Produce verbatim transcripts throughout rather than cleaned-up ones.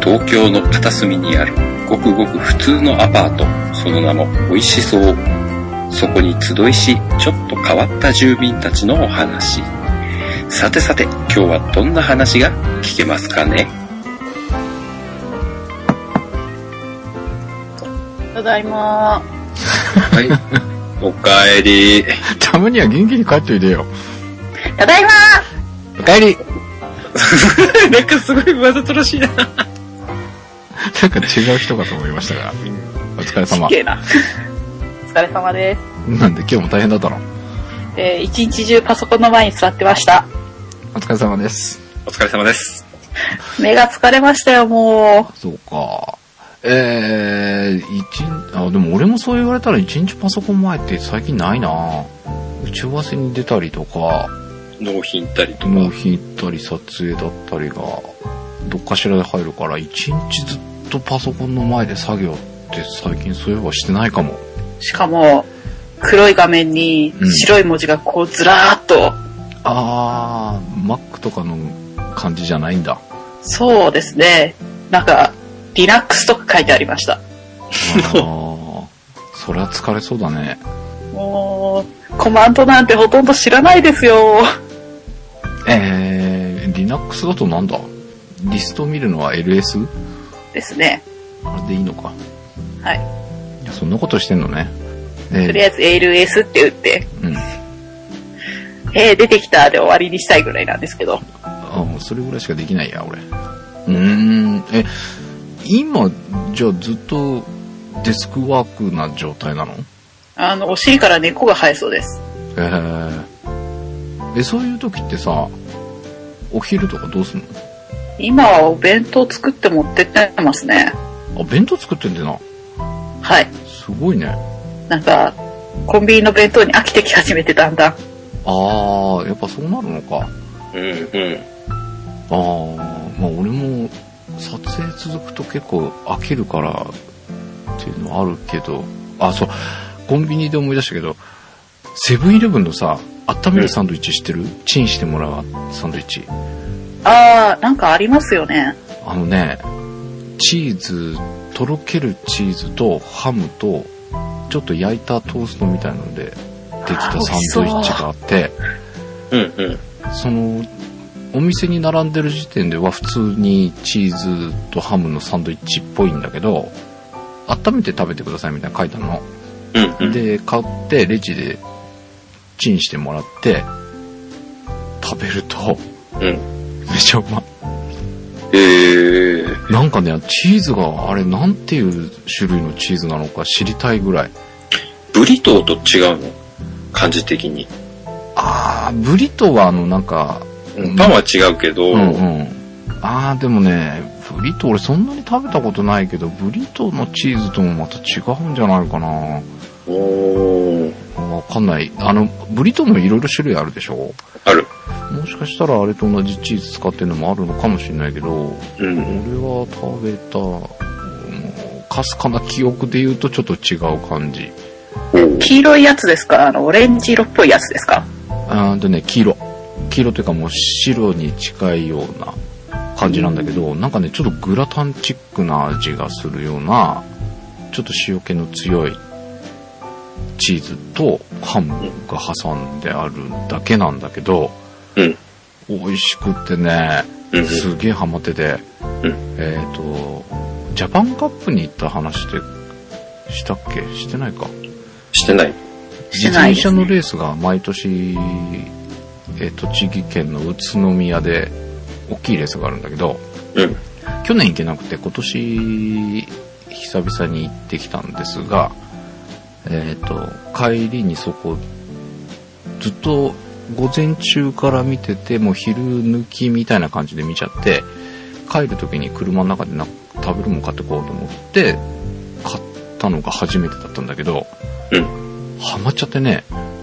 東京の片隅にあるごくごく普通のアパート、その名も美味しそう。そこに集いし、ちょっと変わった住民たちのお話。さてさて、今日はどんな話が聞けますかね。 ただいまー。はい。おかえり。 たまには元気に帰っといでよ。 ただいまー。おかえり。 なんかすごいわざとらしいな。なんか違う人かと思いましたが、お疲れ様。 すげえな。お疲れ様です。 なんで今日も大変だったの？ えー、一日中パソコンの前に座ってました。 お疲れ様です。 お疲れ様です。 目が疲れましたよ、もう。 そうか。えー、一日、あ、でも俺もそう言われたら一日パソコン前って最近ないな。打ち合わせに出たりとか、 納品行ったりとか。 納品行ったり撮影だったりが、どっかしらで入るから、一日ずっとパソコンの前で作業って最近そういえばしてないかも。 しかも、黒い画面に白い文字がこうずらーっと。うん、 あー、Mac とかの感じじゃないんだ。 そうですね。なんか、Linux とか書いてありました。あー、それは疲れそうだね。 もう、コマンドなんてほとんど知らないですよ。 えー、Linux だとなんだ？リスト見るのは エルエス？ ですね。 あれでいいのか。 はい。 いや、そんなことしてんのね。 えー、とりあえず エルエス って打って、 うん、 えー、出てきたで終わりにしたいぐらいなんですけど。 あ、もうそれぐらいしかできないや、俺。うーん、え、今、じゃあずっとデスクワークな状態なの？ あの、お尻から猫が生えそうです。 えー、え、そういう時ってさ、お昼とかどうすんの？ 今はお弁当作って持ってってますね。 あ、弁当作ってんだよな。はい。 すごいね。 なんか、コンビニの弁当に飽きてき始めてだんだん。 あー、やっぱそうなるのか。 うんうん。 あー、まあ俺も撮影続くと結構飽きるからっていうのはあるけど、あ、そう、コンビニで思い出したけど、セブンイレブンのさ、温めるサンドイッチ知ってる？うん、チンしてもらうサンドイッチ。 あー、なんかありますよね。 あのね、チーズ、とろけるチーズとハムとちょっと焼いたトーストみたいなのでできたサンドイッチがあって、 うんうん、 そのお店に並んでる時点では普通にチーズとハムのサンドイッチっぽいんだけど、温めて食べてくださいみたいなの書いてあるの、 うんうん、で買ってレジでチンしてもらって食べると、 うん、 めちゃうまい。 えー、 なんかね、チーズがあれなんていう種類のチーズなのか知りたいぐらい。 ブリトーと違うの？感じ的に。 あー、ブリトーはあのなんか、 パンは違うけど、 うんうん、あーでもね、ブリトー俺そんなに食べたことないけど、ブリトーのチーズともまた違うんじゃないかな。 おー、 わかんない。あのブリトーもいろいろ種類あるでしょ？ ある。 もしかしたらあれと同じチーズ使ってるのもあるのかもしれないけど、うん、俺は食べた、うん、かすかな記憶で言うとちょっと違う感じ。 黄色いやつですか？あのオレンジ色っぽいやつですか？ あでね、黄色黄色というかもう白に近いような感じなんだけど、うん、なんかねちょっとグラタンチックな味がするようなちょっと塩気の強いチーズとハムが挟んであるだけなんだけど、 うん、 美味しくってね、うん、すげえハマってて、 うん、 えっとジャパンカップに行った話ってしたっけ？してないか？ してない。 自転車のレースが毎年、え栃木県の宇都宮で大きいレースがあるんだけど、 うん、 去年行けなくて今年久々に行ってきたんですが、えっと帰りにそこずっと午前中から見てて、もう昼抜きみたいな感じで見ちゃって、帰る時に車の中でな食べるもん買ってこうと思って買ったのが初めてだったんだけど、 うん、 ハマっちゃってね、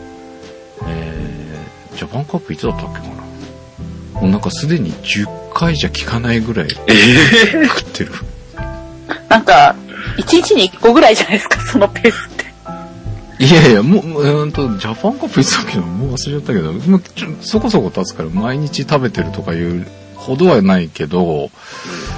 えー、ジャパンカップいつだったっけかな、もうなんかすでにじゅっかいじゃ効かないぐらい食ってる、 えー、なんかいちにちにいっこぐらいじゃないですか、そのペースって。 いやいや、もう、うんと、ジャパンカップいつだっけど、もう忘れちゃったけど、もうちょそこそこ経つから毎日食べてるとかいうほどはないけど、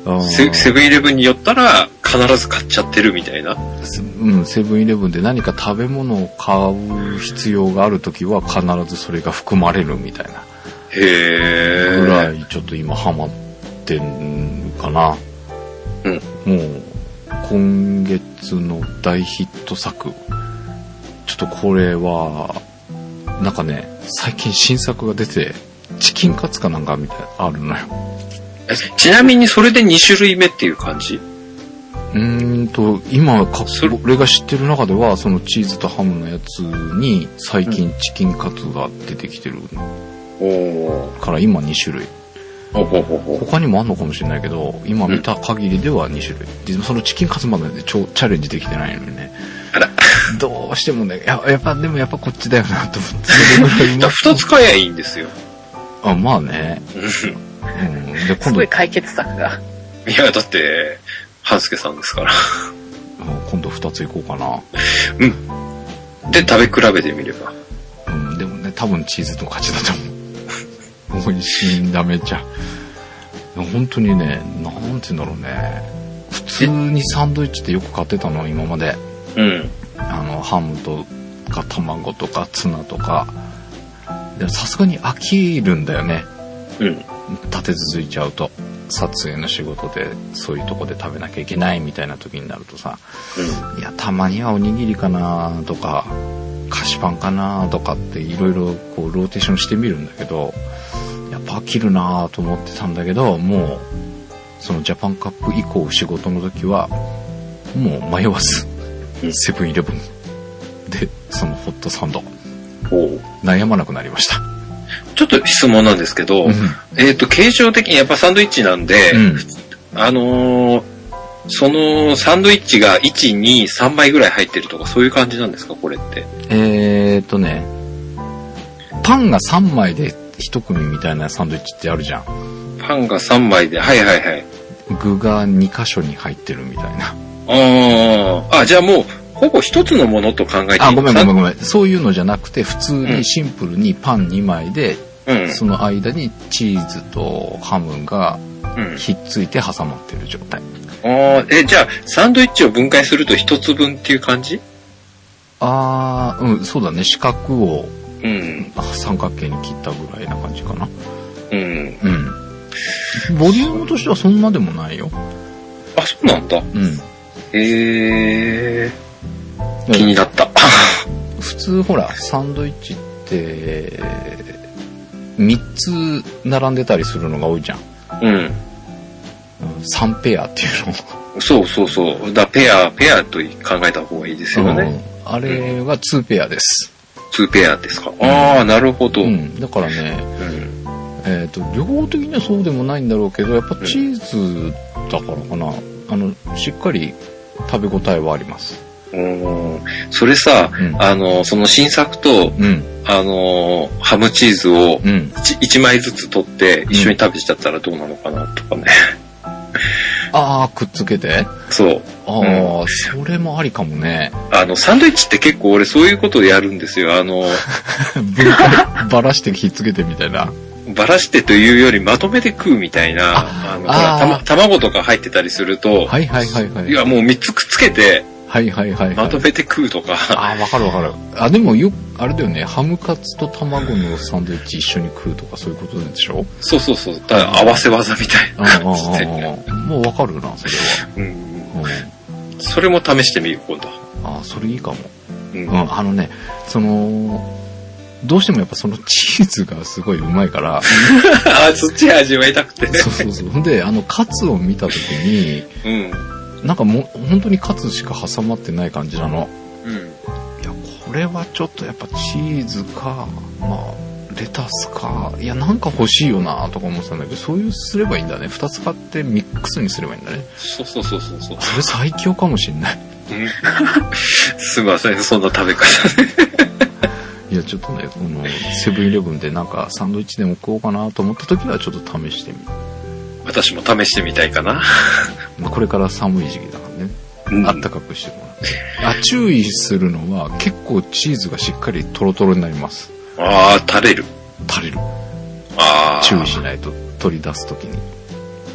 セ, セブンイレブンに寄ったら必ず買っちゃってるみたいな。 うん、セブンイレブンで何か食べ物を買う必要があるときは必ずそれが含まれるみたいな。 へー。 ぐらいちょっと今ハマってんかな。 うん。 もう今月の大ヒット作。ちょっとこれはなんかね、最近新作が出てチキンカツかなんかみたいなあるのよ。 ちなみにそれでに種類目っていう感じ？ うーんと今か俺が知ってる中ではそのチーズとハムのやつに最近チキンカツが出てきてる、うん、から今に種類。 ほほほほ他にもあんのかもしれないけど今見た限りではに種類、うん、でそのチキンカツまででチャレンジできてないのにね。 あらどうしてもね、や, やっぱでもやっぱこっちだよなと思って。それぐらいまふたつ買えばいいんですよ。 あ、まあね。 うん、で今度すごい解決策が。 いや、だって、半助さんですから。 今度ふたついこうかな。 うん。で、食べ比べてみれば。 うん、でもね、多分チーズの勝ちだと思う。美味しいんだめちゃ。本当にね、なんて言うんだろうね。普通にサンドイッチってよく買ってたの、今まで。 うん。 あの、ハムとか卵とかツナとか。さすがに飽きるんだよね。 うん。 立て続いちゃうと。撮影の仕事でそういうとこで食べなきゃいけないみたいな時になるとさ、うん、いやたまにはおにぎりかなとか菓子パンかなとかっていろいろこうローテーションしてみるんだけどやっぱ飽きるなと思ってたんだけどもうそのジャパンカップ以降仕事の時はもう迷わずセブンイレブンでそのホットサンド悩まなくなりました。 ちょっと質問なんですけど、うん、えっと、形状的にやっぱサンドイッチなんで、うん、あのー、そのサンドイッチがいち、に、さんまいぐらい入ってるとかそういう感じなんですかこれって。 えーっとね、パンがさんまいで一組みたいなサンドイッチってあるじゃん。 パンがさんまいで、はいはいはい。 具がに箇所に入ってるみたいな。 ああ、あ、じゃあもう、ほぼ一つのものと考えていい。 あ、ごめんごめんごめん。そういうのじゃなくて、普通にシンプルにパンにまいで、うん、その間にチーズとハムがひっついて挟まってる状態。 うん、あえ、じゃあ、サンドイッチを分解すると一つ分っていう感じ？ ああ、うん、そうだね。四角を、 うん、 三角形に切ったぐらいな感じかな。 うん。 うん。ボリュームとしてはそんなでもないよ。 あ、そうなんだ。 うん。 へえ。気になった。 普通ほらサンドイッチってみっつ並んでたりするのが多いじゃん。 うん。 さんペアっていうの。そうそうそう。だペアペアと考えた方がいいですよね。 うん、あれはにペアです。 にペアですか。ああ、なるほど。 うん、だからね、うん、えっと両方的にはそうでもないんだろうけど、やっぱチーズだからかな。あのしっかり食べ応えはあります。 うん、それさ、うん、あのその新作と、うん、あのハムチーズを 1, いちまいずつ取って一緒に食べちゃったらどうなのかなとかね。 ああ、くっつけて？ そう。 ああ、うん、それもありかもね。 あのサンドイッチって結構俺そういうことをやるんですよ。あのばらしてひっつけてみたいな。 ばらしてというよりまとめて食うみたいな。ああのあほらた卵とか入ってたりすると、 はいはいはいはい。 いやもうみっつくっつけて。 はいはいはい、はい。 まとめて食うとか。 ああ、わかるわかる。あ、でもよ、あれだよね。ハムカツと卵のサンドイッチ一緒に食うとかそういうことでしょ？ そうそうそう。だから合わせ技みたいな感じで。 もうわかるな、それは。 うん。うん、それも試してみる、今度。 ああ、それいいかも。うん。うん、あのね、その、どうしてもやっぱそのチーズがすごいうまいから。あ、 そっち味わいたくてね。 そうそうそう。で、あの、カツを見たときに、 うん。 なんかもう本当にカツしか挟まってない感じなの。 うん。いや、これはちょっとやっぱチーズか、まあ、レタスか、いや、なんか欲しいよなとか思ってたんだけど、そういうすればいいんだね。二つ買ってミックスにすればいいんだね。 そうそうそうそうそう。 それ最強かもしんない。 うん。すいません、そんな食べ方いや、ちょっとね、このセブンイレブンでなんかサンドイッチでも食おうかなと思った時はちょっと試してみる。 私も試してみたいかな。 これから寒い時期だからね、うん、あったかくしてもらって。あ、注意するのは結構チーズがしっかりトロトロになります。 ああ、垂れる。 垂れる。 ああ。 注意しないと取り出すときに。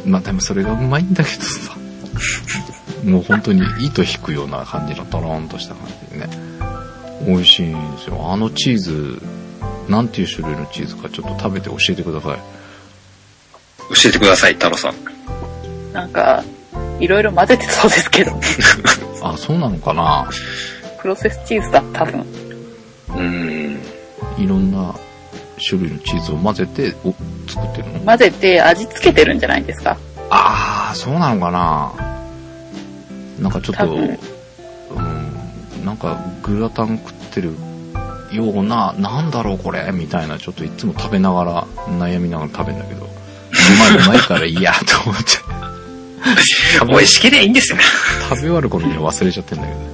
まあでもそれがうまいんだけどさ。もう本当に糸引くような感じのトローンとした感じでね。美味しいんですよ。あのチーズ、なんていう種類のチーズかちょっと食べて教えてください。 教えてください、太郎さん。 なんか、いろいろ混ぜてそうですけど。 あ、そうなのかな。 プロセスチーズだ、多分。 うーん。 いろんな種類のチーズを混ぜてお作ってるの？ 混ぜて味付けてるんじゃないですか。 ああ、そうなのかな。なんかちょっと、うん、なんかグラタン食ってるような、なんだろうこれみたいな、ちょっといつも食べながら悩みながら食べるんだけど、うまいうまいからいいやと思って。 美味しけりゃいいんですよ。 食べ終わる頃には忘れちゃってんだけど、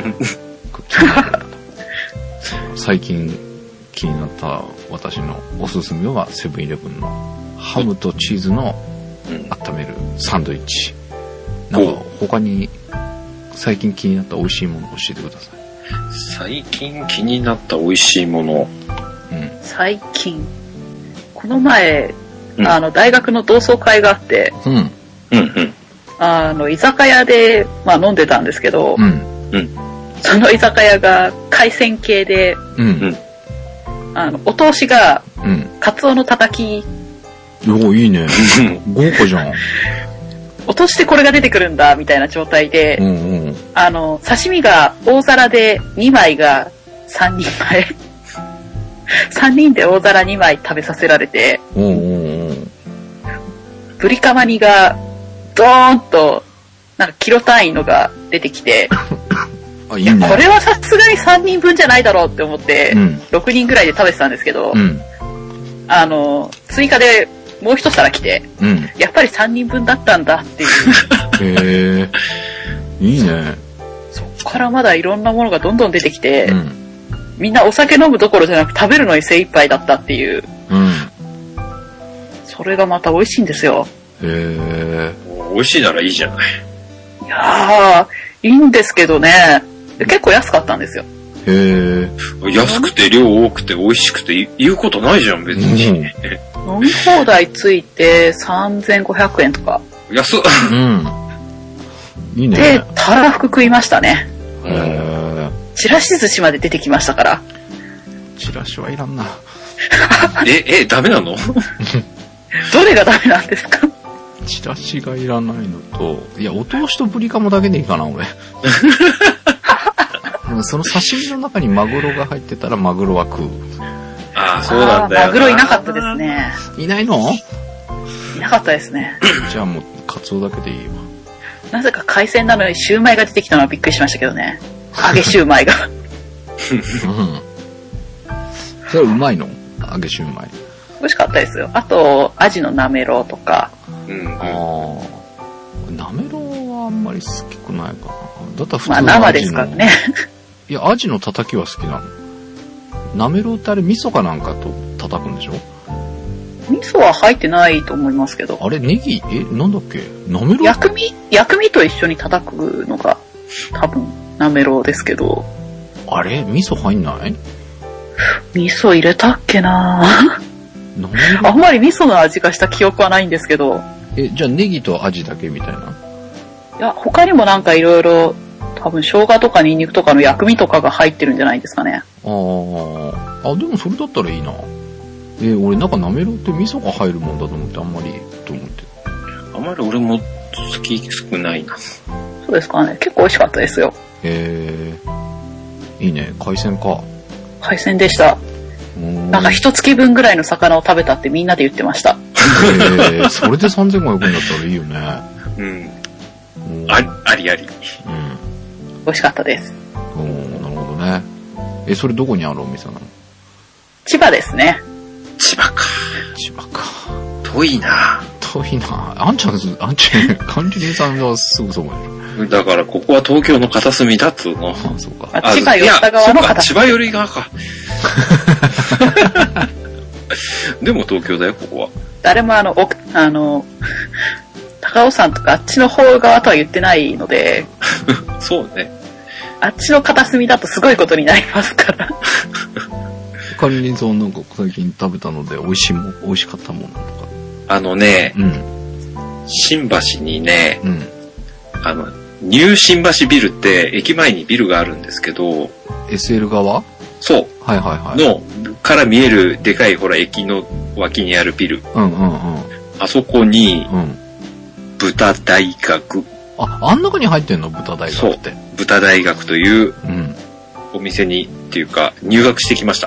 最近気になった私のおすすめはセブンイレブンのハムとチーズの温めるサンドイッチ。なんか他に最近気になった美味しいものを教えてください。 最近気になった美味しいもの。 うん、最近この前、うん、あの大学の同窓会があって、うんうんうん、あの居酒屋で、まあ、飲んでたんですけど、うんうん、その居酒屋が海鮮系で、うんうん、あのお通しが、うん、カツオのたたき。 お、いいね。豪華じゃん。 落としてこれが出てくるんだみたいな状態で、うんうん、あの刺身が大皿でにまいがさんにんまえさんにんで大皿にまい食べさせられて、うんうんうん、ブリカマ煮がドーンとなんかキロ単位のが出てきてあ、いいね、いやこれはさすがにさんにんぶんじゃないだろうって思って、うん、ろくにんぐらいで食べてたんですけど、うん、あの追加でもう一皿来て、うん、やっぱりさんにんぶんだったんだっていう。 へー、いいね。 そっからまだいろんなものがどんどん出てきて、うん、みんなお酒飲むどころじゃなく食べるのに精一杯だったっていう。うん、それがまた美味しいんですよ。 へー、美味しいならいいじゃない。 いやー、いいんですけどね、結構安かったんですよ。 へー。 安くて量多くて美味しくて言うことないじゃん別に。うん飲み放題ついてさんぜんごひゃくえんとか。 安っ。 うん。いいね。 で、たらふく食いましたね。へー。ちらし寿司まで出てきましたから。 ちらしはいらんな。 え、え、ダメなの？ どれがダメなんですか？ ちらしがいらないのと、いや、お通しとブリカマだけでいいかな、俺。その刺身の中にマグロが入ってたらマグロは食う。 ああ、そうなんだよ。 マグロいなかったですね。 いないの？ いなかったですね。 じゃあもうカツオだけでいいわ。 なぜか海鮮なのにシューマイが出てきたのはびっくりしましたけどね。揚げシューマイが。うん。 それうまいの？揚げシューマイ。 美味しかったですよ。あとアジのなめろうとか。うん。ああ。なめろうはあんまり好きくないかな。だったら普通のアジの。 まあ生ですからね。 いや、アジのたたきは好きなの。なめろうってあれ味噌かなんかと叩くんでしょ？ 味噌は入ってないと思いますけど。 あれネギ、え、なんだっけ？なめろう？ 薬味、薬味と一緒に叩くのが多分なめろうですけど。 あれ味噌入んない？ 味噌入れたっけなあんまり味噌の味がした記憶はないんですけど。 え、じゃあネギと味だけみたいな？ いや、他にもなんかいろいろ多分生姜とかニンニクとかの薬味とかが入ってるんじゃないですかね。 ああ、あ、でもそれだったらいいな。えー、俺なんかなめろうって味噌が入るもんだと思ってあんまりと思って。 あんまり俺も好き少ないな。 そうですかね。結構美味しかったですよ。 へえ、いいね。海鮮か。 海鮮でした。なんか一月分ぐらいの魚を食べたってみんなで言ってました。 へえ、それでさんぜんごひゃくえんだったらいいよね。 うん。ありありあり。うん。 美味しかったです。 おー、なるほどね。え、それどこにあるお店なの？ 千葉ですね。 千葉か。 千葉か。 遠いな。 遠いな。あんちゃん、あんちゃん、管理人さんはすぐそこに。 だからここは東京の片隅だっつうの。 あ、そうか。 あ、千葉寄った側の片隅。 千葉寄り側か。でも東京だよ、ここは。 誰もあの、お、あの、高尾山とかあっちの方側とは言ってないので。 そうね。 あっちの片隅だとすごいことになりますから。 管理人さんなんか最近食べたので美味しいも、美味しかったものとか。 あのね、うん、 新橋にね、 うん、 あの、ニュー新橋ビルって駅前にビルがあるんですけど、 エスエル 側？ そう。 はいはいはい。 の、から見えるでかいほら駅の脇にあるビル。 うんうんうん。 あそこに、 うん、 豚大学。 あ、あん中に入ってんの？豚大学って。そう。 豚大学という、 うん、 お店に、っていうか、入学してきました。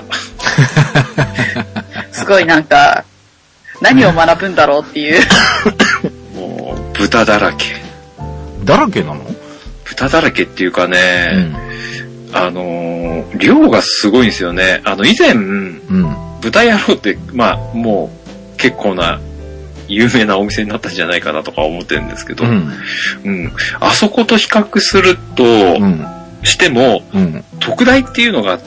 すごいなんか、何を学ぶんだろうっていう。 もう、豚だらけ。 だらけなの？ 豚だらけっていうかね、 うん、 あのー、量がすごいんですよね。あの、以前、うん、豚野郎って、まあ、もう、結構な、有名なお店になったんじゃないかなとか思ってるんですけど、うん。うん、あそこと比較すると、うん、しても、うん、特大っていうのがあって、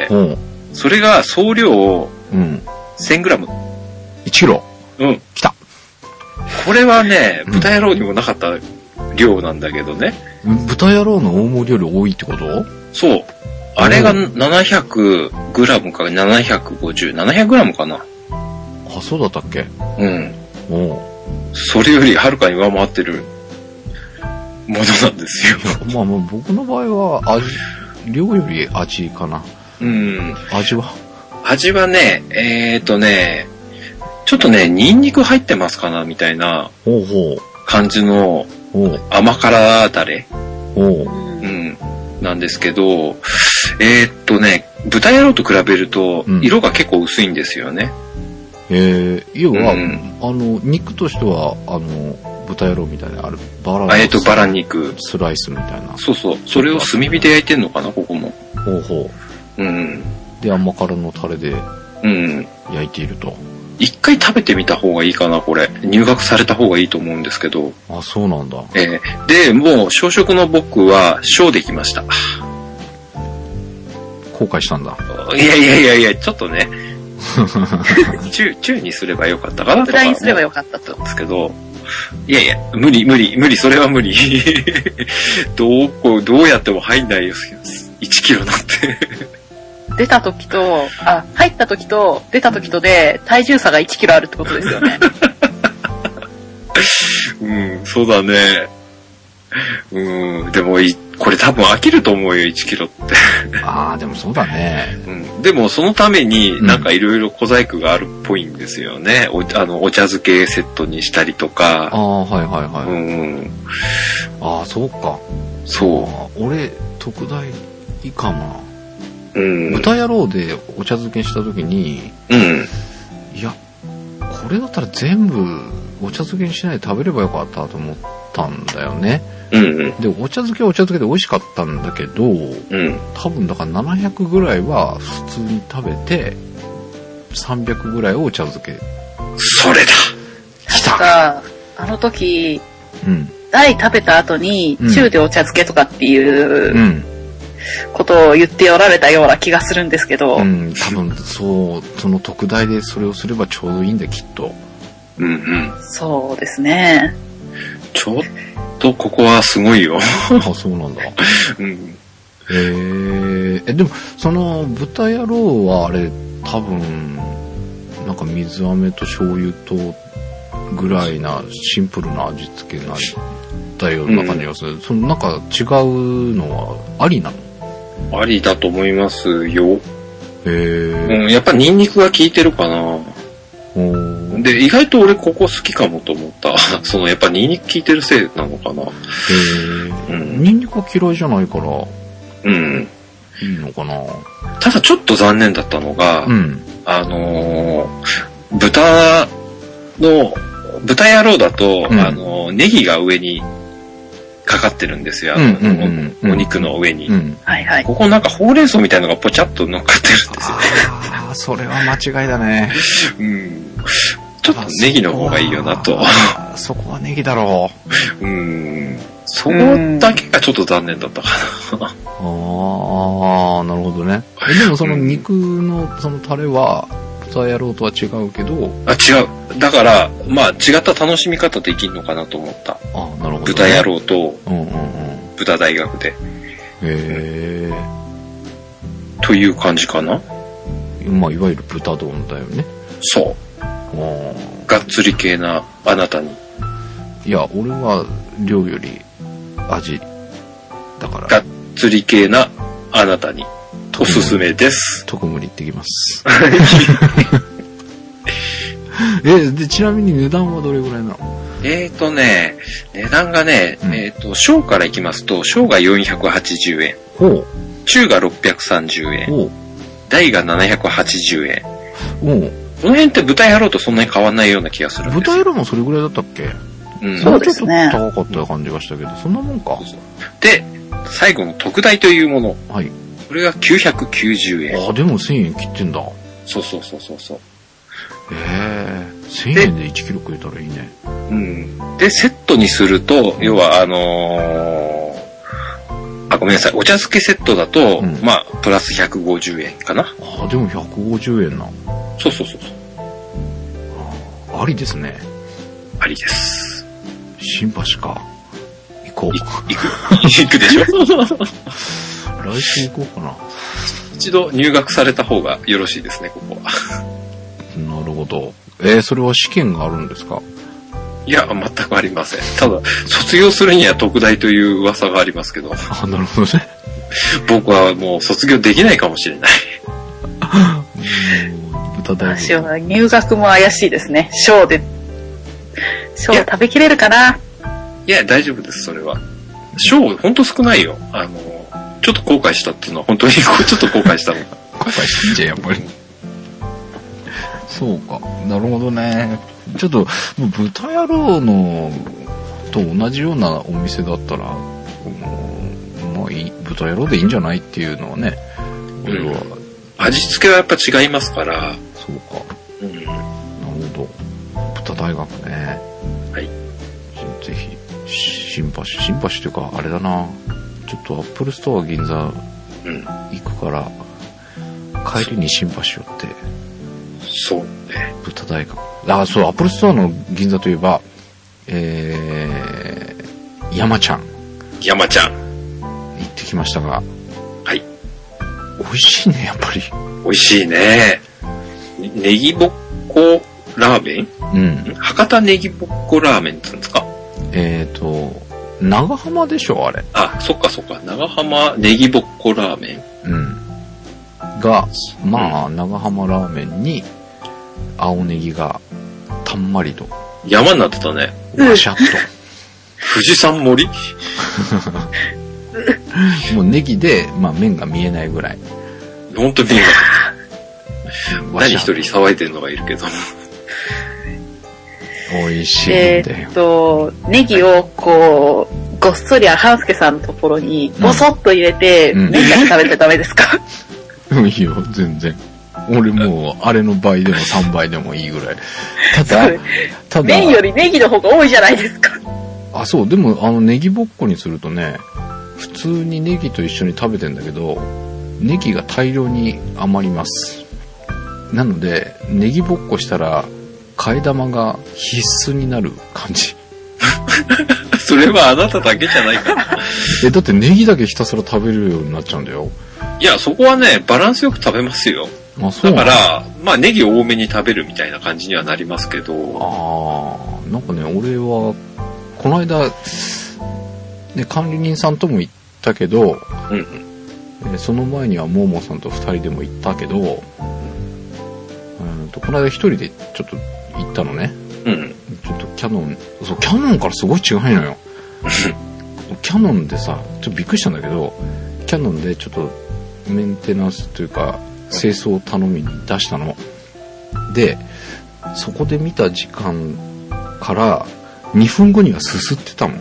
うん、それが総量、うん、せんグラム。 いちキロ。 うん。 来た。 これはね、豚野郎にもなかった量なんだけどね。 うん、豚野郎の大盛りより多いってこと？ そう。あれがななひゃくグラムかななひゃくごじゅう、ななひゃくグラムかな。 あ、そうだったっけ？ うん。おう。それよりはるかに上回ってるものなんですよ。 まあまあ僕の場合は味、量より味かな。 うん。 味は味はね、えーとね、ちょっとね、ニンニク入ってますかなみたいな感じの甘辛ダレ。 おう。 うん。なんですけど、えーとね、豚野郎と比べると色が結構薄いんですよね。 うん、えー、要は、うん、あの、肉としては、あの、豚野郎みたいなあるバラえーと、バラ肉。 スライスみたいな。 そうそう。それを炭火で焼いてんのかな、ここも。 ほうほう。うん。 で、甘辛のタレで、 うん。 焼いていると。 一回食べてみた方がいいかな、これ。入学された方がいいと思うんですけど。 あ、そうなんだ。 えー、で、もう、小食の僕は、小できました。 後悔したんだ。 いやいやいやいや、ちょっとね。中、中にすればよかったかなとか。 フライにすればよかったと。 ですけど、いやいや、無理無理無理、それは無理。どう、こう、どうやっても入んないよ。いちキロなんて。 出た時と、あ、入った時と出た時とで体重差がいちキロあるってことですよね。 うん、そうだね。うん、でもい、これ多分飽きると思うよ、いちキロって。 ああ、でもそうだね。 うん、でもそのためになんかいろいろ小細工があるっぽいんですよね。お、あの、お茶漬けセットにしたりとか。 ああ、はいはいはい。 うん。 ああ、そうか。 そう。 俺、特大いいかもな。うん。 豚野郎でお茶漬けした時に、 うん。 いや、これだったら全部お茶漬けにしないで食べればよかったと思ったんだよね。 うんうん、 で、お茶漬けはお茶漬けで美味しかったんだけど、うん、多分だからななひゃくぐらいは普通に食べて、さんびゃくぐらいをお茶漬け。 それだ来たあの時、 うん、 大食べた後に中でお茶漬けとかっていう、 うん、 ことを言っておられたような気がするんですけど。 うん、多分そう、その特大でそれをすればちょうどいいんだよ、きっと。 うんうん。 そうですね。 ちょっとここはすごいよ。 あ、そうなんだ。 うん。 へーえ、でも、その、豚野郎はあれ、多分、なんか水飴と醤油とぐらいなシンプルな味付けなんだような感じがする。うん、そのなんか違うのはありなの？ ありだと思いますよ。 へーうん、やっぱニンニクが効いてるかな。で、意外と俺ここ好きかもと思った。そのやっぱニンニク効いてるせいなのかな。へー、うん、ニンニクは嫌いじゃないから。 うん。 いいのかな。 ただちょっと残念だったのが、 うん、 あのー、豚の、豚野郎だと、うん、あのー、ネギが上にかかってるんですよ。あの、うんうんうん、お, お肉の上に、 うん。はいはい。 ここなんかほうれん草みたいなのがポチャッと乗っかってるんですよね。 ああ、それは間違いだね。 うん。ちょっとネギの方がいいよなと。 そこはネギだろう。うん。そこだけがちょっと残念だったかな。 ああ、なるほどね。え、でもその肉のそのタレは、豚野郎とは違うけど。 あ、違う。だから、まあ違った楽しみ方できるのかなと思った。 あ、なるほど、ね。 豚野郎と、 うんうんうん、 豚大学で。 へー。という感じかな。 まあ、いわゆる豚丼だよね。 そう。がっつり系なあなたに。 いや、俺は量より味だから。 がっつり系なあなたにおすすめです。 特盛り行ってきます。え、で、ちなみに値段はどれぐらいなの？ えーとね、値段がね、うん、えーと、小からいきますと、小がよんひゃくはちじゅうえん。 ほう。 中がろっぴゃくさんじゅうえん。 ほう。 大がななひゃくはちじゅうえん。 ほう。 この辺って豚野郎とそんなに変わんないような気がするんですよ。 豚野郎もそれぐらいだったっけ？ うん。そうですね。 ちょっと高かった感じがしたけど、そんなもんか。 で、最後の特大というもの。 はい。 これがきゅうひゃくきゅうじゅうえん。 ああ、でもせんえん切ってんだ。 そうそうそうそうそう。 へえ、せんえんでいちキロ食えたらいいね。 うん。で、セットにすると、要はあのー、あ、ごめんなさい。お茶漬けセットだと、うん、まあ、プラスひゃくごじゅうえんかな。 ああ、でもひゃくごじゅうえんな。 そうそうそうそう。 あ, ありですね。 ありです。 新橋か。行こう。 行く。行くでしょ。 来週行こうかな。 一度入学された方がよろしいですね、ここは。 なるほど。えー、それは試験があるんですか？ いや、全くありません。ただ、卒業するには特大という噂がありますけど。 あ、なるほどね。 僕はもう卒業できないかもしれない。 豚大私は入学も怪しいですね。小で。小食べきれるかな？ いや、大丈夫です、それは。小、ほんと少ないよ。あの、ちょっと後悔したっていうのは本当にちょっと後悔したの。 後悔してんじゃん、やっぱり。そうか。なるほどね。ちょっと、もう豚野郎のと同じようなお店だったら、まあいい、豚野郎でいいんじゃないっていうのはね、俺は、うん。 味付けはやっぱ違いますから。 そうか。 うん。なるほど。豚大学ね。 はい。 ぜひ、新橋、新橋っていうか、あれだな。ちょっとアップルストア銀座行くから、うん、帰りに新橋寄って。 そうね。 豚大学。あ、そう、アップルストアの銀座といえば、えー、山ちゃん。 山ちゃん。 行ってきましたが。 はい。 美味しいね、やっぱり。 美味しいね。ネギぼっこラーメン？ うん。 博多ネギぼっこラーメンって言うんですか？ えーと、長浜でしょ、あれ。 あ、そっかそっか。長浜ネギぼっこラーメン。 うん。が、まあ、うん、長浜ラーメンに、青ネギがたんまりと山になってたね。 わしゃっと富士山盛りもうネギで、まあ、麺が見えないぐらい。 ほんと麺が何一人騒いでるのがいるけど美味しいんだよ。 えーっとネギをこうごっそり半助さんのところにボソッと入れて、うん、麺だけ食べてダメですか？ いいよ、全然。俺もう、あれの倍でもさんばいでもいいぐらい。ただ、ただ。 麺よりネギの方が多いじゃないですか。 あ、そう、でも、あの、ネギぼっこにするとね、普通にネギと一緒に食べてんだけど、ネギが大量に余ります。なので、ネギぼっこしたら、替え玉が必須になる感じ。 それはあなただけじゃないかな。 え、だってネギだけひたすら食べるようになっちゃうんだよ。 いや、そこはね、バランスよく食べますよ。 あ、そうだから、まあネギを多めに食べるみたいな感じにはなりますけど。 ああ、なんかね、俺は、この間、ね、管理人さんとも行ったけど、 うんえー、その前にはモーモーさんと二人でも行ったけど、うんとこの間一人でちょっと行ったのね。 うん。 ちょっとキャノン、そう、キャノンからすごい違いのよ。キャノンでさ、ちょっとびっくりしたんだけど、キャノンでちょっとメンテナンスというか清掃を頼みに出したので、そこで見た時間からにふんごにはすすってたもん。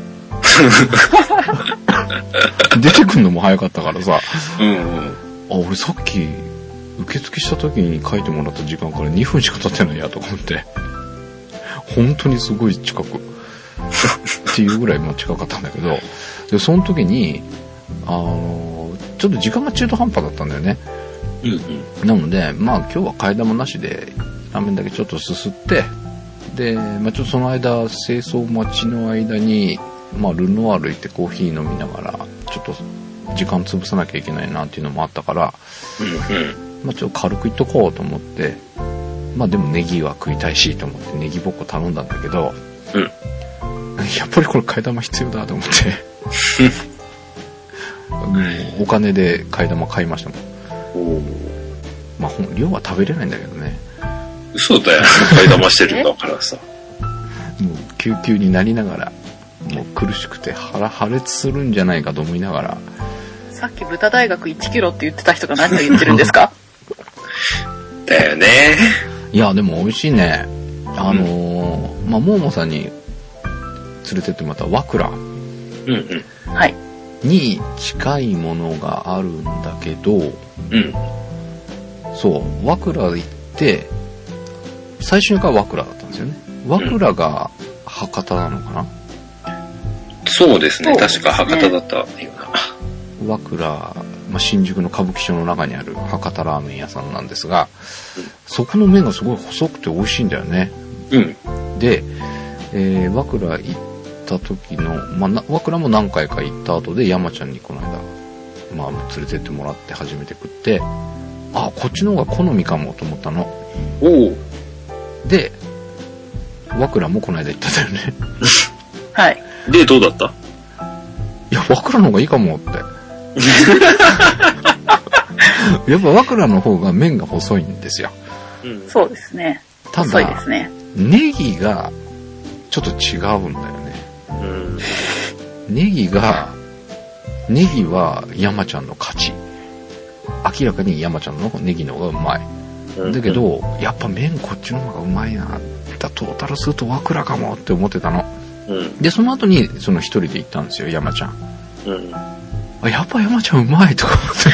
出てくんのも早かったからさ、 うんうん、 あ、俺さっき受付した時に書いてもらった時間からにふんしか経ってないやと思って、本当にすごい近くっていうぐらいまあ近かったんだけど、でその時にあのちょっと時間が中途半端だったんだよね。 うんうん、 なのでまあ今日は替え玉なしでラーメンだけちょっとすすって、で、まあ、ちょっとその間清掃待ちの間に、まあ、ルノワール行ってコーヒー飲みながらちょっと時間潰さなきゃいけないなっていうのもあったから、 うんうん、 まあ、ちょっと軽くいっとこうと思って、まあでもネギは食いたいしと思ってネギぼっこ頼んだんだけど、 うん、 やっぱりこれ替え玉必要だと思ってもうお金で替え玉買いましたもん。おまあ量は食べれないんだけどね。 嘘だよ、替え玉してるんだからさ。 もう救急になりながら、もう苦しくて腹破裂するんじゃないかと思いながら。 さっき豚大学いちキロって言ってた人が何を言ってるんですか？ だよね。 いやでも美味しいね。あのーうん、まあももさんに連れてってもらった和倉、うんうん、はい、に近いものがあるんだけど、うん、そう和倉行って最初が和倉だったんですよね。和倉が博多なのかな、うん、 そうですね、確か博多だったような。 和倉、まあ、新宿の歌舞伎町の中にある博多ラーメン屋さんなんですが、うん、そこの麺がすごい細くて美味しいんだよね。うん、で、えー、和倉行った時の、まあ、和倉も何回か行った後で山ちゃんにこの間、まあ、連れてってもらって初めて食って、あ、こっちの方が好みかもと思ったの。おお。で、和倉もこの間行ったんだよね。 はい。 で、どうだった？ いや、和倉の方がいいかもって。やっぱ和倉の方が麺が細いんですよ。 うん、そうですね。 ただ、細いですね。ネギがちょっと違うんだよね。うん、ネギが、ネギは山ちゃんの勝ち。明らかに山ちゃんのネギの方がうまい。うん、だけど、やっぱ麺こっちの方がうまいな。だトータルすると和倉かもって思ってたの。うん、で、その後にその一人で行ったんですよ、山ちゃん。うん、あ、やっぱ山ちゃんうまいとか思って。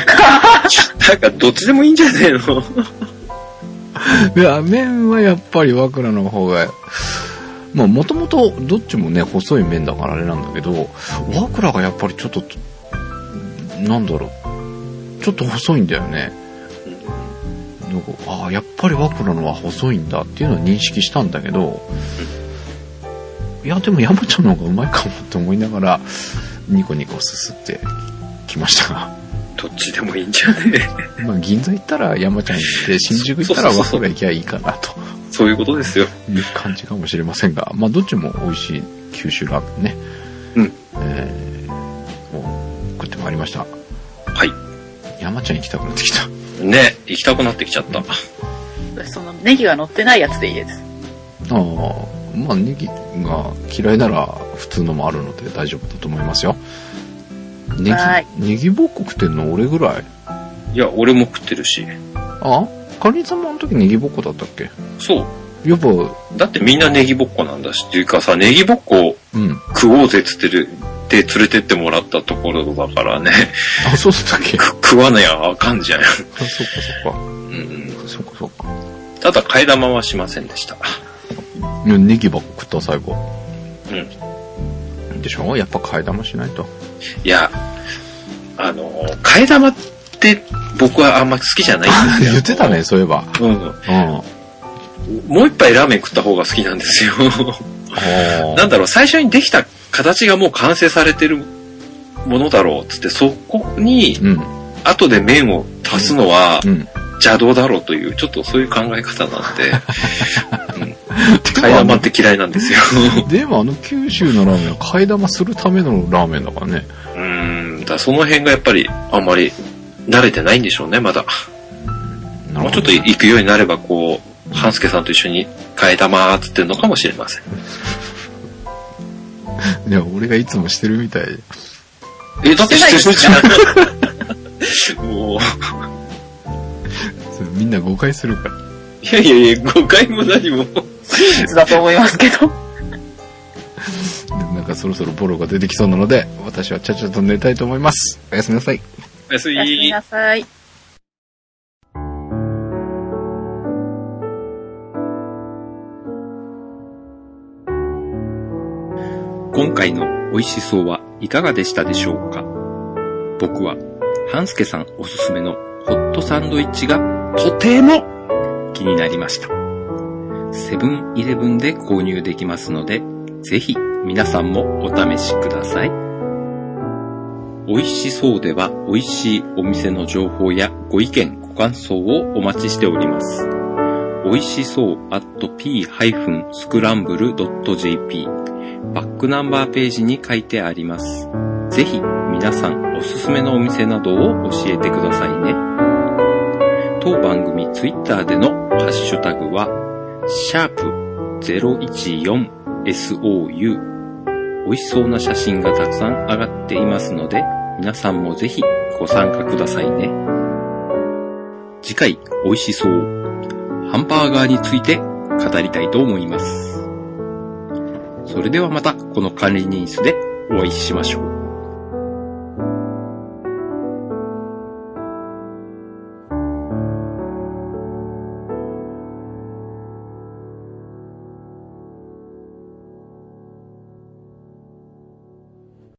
なんかどっちでもいいんじゃねえの？ いや、麺はやっぱり和倉の方が、まあもともとどっちもね、細い麺だからあれなんだけど、和倉がやっぱりちょっと、なんだろう、ちょっと細いんだよね。なんか、ああ、やっぱり和倉のは細いんだっていうのは認識したんだけど、いや、でも山ちゃんの方がうまいかもって思いながら、ニコニコすすってきましたが。 どっちでもいいんじゃねえ。まあ銀座行ったら山ちゃん行って、新宿行ったら和倉行きゃいいかなと。 そういうことですよ。 いう感じかもしれませんが、まあどっちも美味しい九州ラーメンね。うん。えー、もう食ってまいりました。はい。山ちゃん行きたくなってきた。 ね、行きたくなってきちゃった。 私そのネギが乗ってないやつでいいです。 ああ、まあネギが嫌いなら普通のもあるので大丈夫だと思いますよ。ネギ、ネギぼっこ食ってんの俺ぐらい？ いや、俺も食ってるし。 あ？かりんさんもあの時ネギぼっこだったっけ？ そう。 やっぱ、 だってみんなネギぼっこなんだし、っていうかさ、ネギぼっこ食おうぜっつってる、で連れてってもらったところだからね。 あ、そうだったっけ？ 食わなやあかんじゃん。あ、そっかそっか。うん、 そっかそっか。ただ替え玉はしませんでした。 いや、ネギばっか食った最後。うん。でしょ？やっぱ替え玉しないと。 いや、あの、替え玉って僕はあんま好きじゃないんですよ。 言ってたね、そういえば。うん。うん。 もう一杯ラーメン食った方が好きなんですよ。なんだろう、最初にできた形がもう完成されてるものだろうっつって、そこに、後で麺を足すのは邪道だろうという、ちょっとそういう考え方なんで、うん、替え玉って嫌いなんですよ。 でもあの九州のラーメンは替え玉するためのラーメンだからね。 うーん、だその辺がやっぱりあんまり慣れてないんでしょうね、まだ。もうちょっと行くようになれば、こう、半助さんと一緒に替え玉ーっつってんのかもしれません。 いや、俺がいつもしてるみたい。 え、だってしてるじゃん。もう。 みんな誤解するから。 いやいやいや、誤解も何も。 真実だと思いますけど。 なんかそろそろボロが出てきそうなので、私はちゃちゃと寝たいと思います。おやすみなさい。 おやすみ。 おやすみなさい。 今回の美味しそうはいかがでしたでしょうか？僕は半助さんおすすめのホットサンドイッチがとても気になりました。セブンイレブンで購入できますので、ぜひ皆さんもお試しください。美味しそうでは美味しいお店の情報やご意見ご感想をお待ちしております。美味しそう at p スクランブル ドット ジェーピーバックナンバーページに書いてあります。ぜひ皆さんおすすめのお店などを教えてくださいね。当番組ツイッターでのハッシュタグはシャープ ゼロいちよんエスオーユー 美味しそうな写真がたくさん上がっていますので、皆さんもぜひご参加くださいね。次回美味しそうハンバーガーについて語りたいと思います。それではまたこの管理ニュースでお会いしましょう。